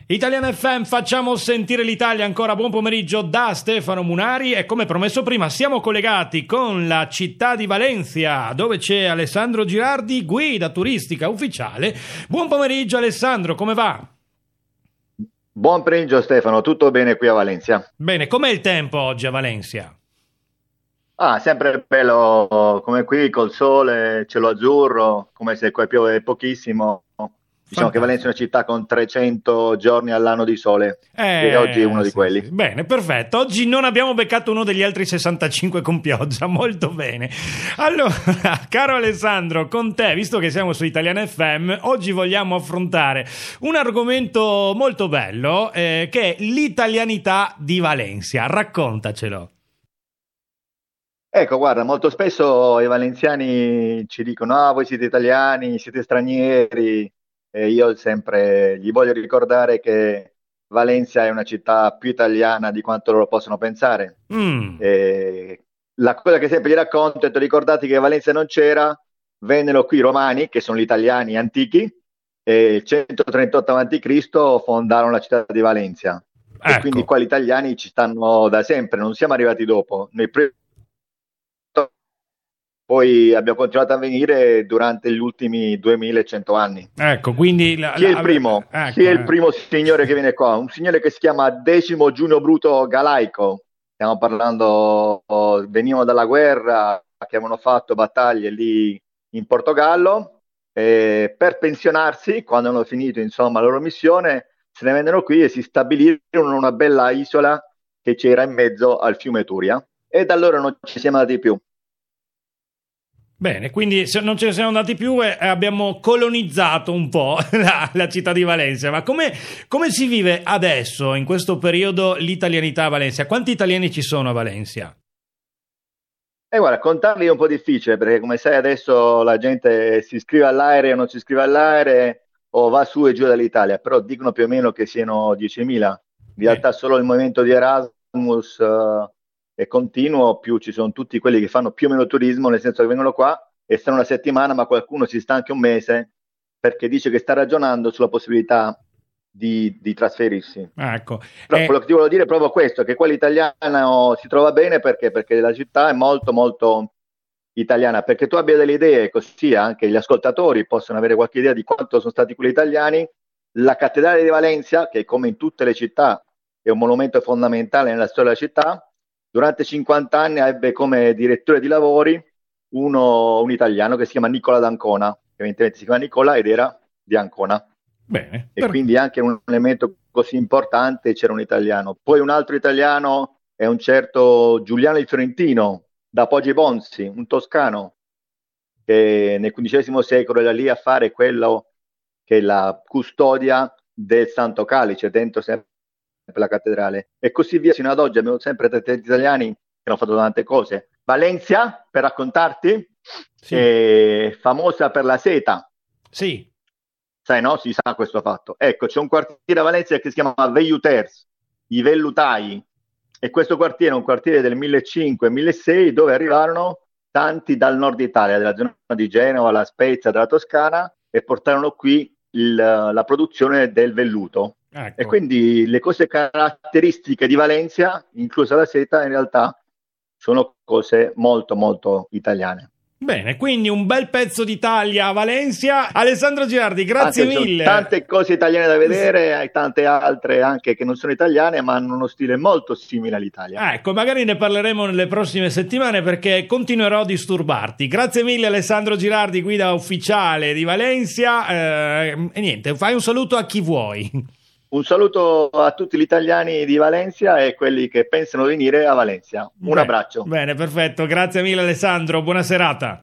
Italian FM, facciamo sentire l'Italia. Ancora buon pomeriggio da Stefano Munari e come promesso prima siamo collegati con la città di Valencia, dove c'è Alessandro Girardi, guida turistica ufficiale. Buon pomeriggio Alessandro, come va? Buon pomeriggio Stefano, tutto bene qui a Valencia? Bene, com'è il tempo oggi a Valencia? Sempre bello come qui, col sole, cielo azzurro, come se qua piove pochissimo. Diciamo che Valencia è una città con 300 giorni all'anno di sole e oggi è uno di quelli. Sì. Bene, perfetto. Oggi non abbiamo beccato uno degli altri 65 con pioggia, molto bene. Allora, caro Alessandro, con te, visto che siamo su Italian FM, oggi vogliamo affrontare un argomento molto bello che è l'italianità di Valencia. Raccontacelo. Ecco, guarda, molto spesso i valenziani ci dicono: ah, voi siete italiani, siete stranieri. E io sempre gli voglio ricordare che Valencia è una città più italiana di quanto loro possono pensare. La cosa che sempre gli racconto è: ricordate che Valencia non c'era, vennero qui i romani, che sono gli italiani antichi, e il 138 a.C. fondarono la città di Valencia. Ecco. E quindi qua gli italiani ci stanno da sempre, non siamo arrivati dopo. Poi abbiamo continuato a venire durante gli ultimi 2100 anni. Ecco, quindi chi è il primo? Ecco, chi è il primo signore che viene qua? Un signore che si chiama Decimo Giunio Bruto Galaico. Stiamo parlando, venivano dalla guerra, che avevano fatto battaglie lì in Portogallo, e per pensionarsi, quando hanno finito insomma la loro missione, se ne vennero qui e si stabilirono in una bella isola che c'era in mezzo al fiume Turia, e da allora non ci siamo andati più. Bene, quindi non ce ne siamo andati più e abbiamo colonizzato un po' la città di Valencia. Ma come si vive adesso, in questo periodo, l'italianità a Valencia? Quanti italiani ci sono a Valencia? Guarda, contarli è un po' difficile, perché come sai adesso la gente si iscrive all'aereo, non si iscrive all'aereo o va su e giù dall'Italia, però dicono più o meno che siano 10.000. In realtà solo il movimento di Erasmus è continuo, più ci sono tutti quelli che fanno più o meno turismo, nel senso che vengono qua e stanno una settimana, ma qualcuno si sta anche un mese, perché dice che sta ragionando sulla possibilità di trasferirsi. Ecco. Però quello che ti volevo dire è proprio questo, che qua l'italiano si trova bene perché la città è molto molto italiana, perché tu abbia delle idee, così anche gli ascoltatori possono avere qualche idea di quanto sono stati quelli italiani. La cattedrale di Valencia, che come in tutte le città è un monumento fondamentale nella storia della città, durante 50 anni ebbe come direttore di lavori un italiano che si chiama Nicola d'Ancona, che evidentemente si chiama Nicola ed era di Ancona. Bene. E quindi anche un elemento così importante c'era un italiano. Poi un altro italiano è un certo Giuliano il Fiorentino, da Poggi Bonzi, un toscano, che nel XV secolo era lì a fare quello che è la custodia del Santo Calice, dentro sempre per la cattedrale, e così via sino ad oggi. Abbiamo sempre tanti italiani che hanno fatto tante cose. Valencia, per raccontarti, sì, è famosa per la seta. Sì. Sai, no? Si sa questo fatto. Ecco, c'è un quartiere a Valencia che si chiama Velluters, i vellutai, e questo quartiere è un quartiere del 1500-1600 dove arrivarono tanti dal nord Italia, della zona di Genova, La Spezia, della Toscana, e portarono qui la produzione del velluto. Ecco. E quindi le cose caratteristiche di Valencia, inclusa la seta, in realtà sono cose molto molto italiane. Bene, quindi un bel pezzo d'Italia a Valencia. Alessandro Girardi, grazie mille. Tante cose italiane da vedere, e tante altre anche che non sono italiane ma hanno uno stile molto simile all'Italia. Ecco, magari ne parleremo nelle prossime settimane, perché continuerò a disturbarti. Grazie mille Alessandro Girardi, guida ufficiale di Valencia. E niente, fai un saluto a chi vuoi. Un saluto a tutti gli italiani di Valencia e quelli che pensano di venire a Valencia. Un abbraccio. Bene, perfetto. Grazie mille Alessandro, buona serata.